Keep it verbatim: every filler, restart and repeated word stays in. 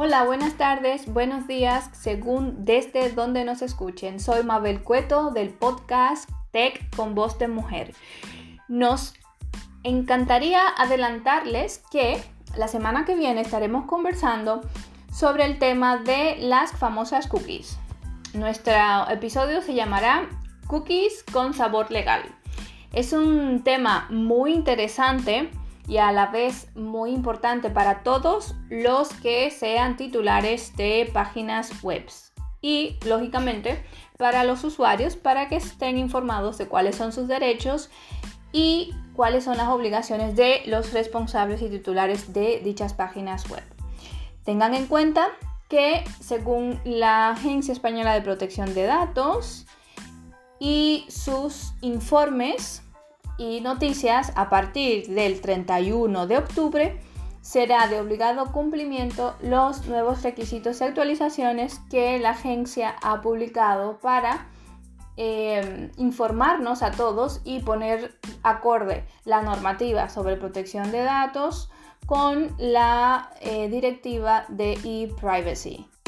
Hola, buenas tardes, buenos días, según desde donde nos escuchen. Soy Mabel Cueto del podcast Tech con Voz de Mujer. Nos encantaría adelantarles que la semana que viene estaremos conversando sobre el tema de las famosas cookies. Nuestro episodio se llamará Cookies con sabor legal. Es un tema muy interesante y a la vez muy importante para todos los que sean titulares de páginas web y, lógicamente, para los usuarios para que estén informados de cuáles son sus derechos y cuáles son las obligaciones de los responsables y titulares de dichas páginas web. Tengan en cuenta que, según la Agencia Española de Protección de Datos y sus informes y noticias, a partir del treinta y uno de octubre será de obligado cumplimiento los nuevos requisitos y actualizaciones que la agencia ha publicado para eh, informarnos a todos y poner acorde la normativa sobre protección de datos con la eh, directiva de e-privacy.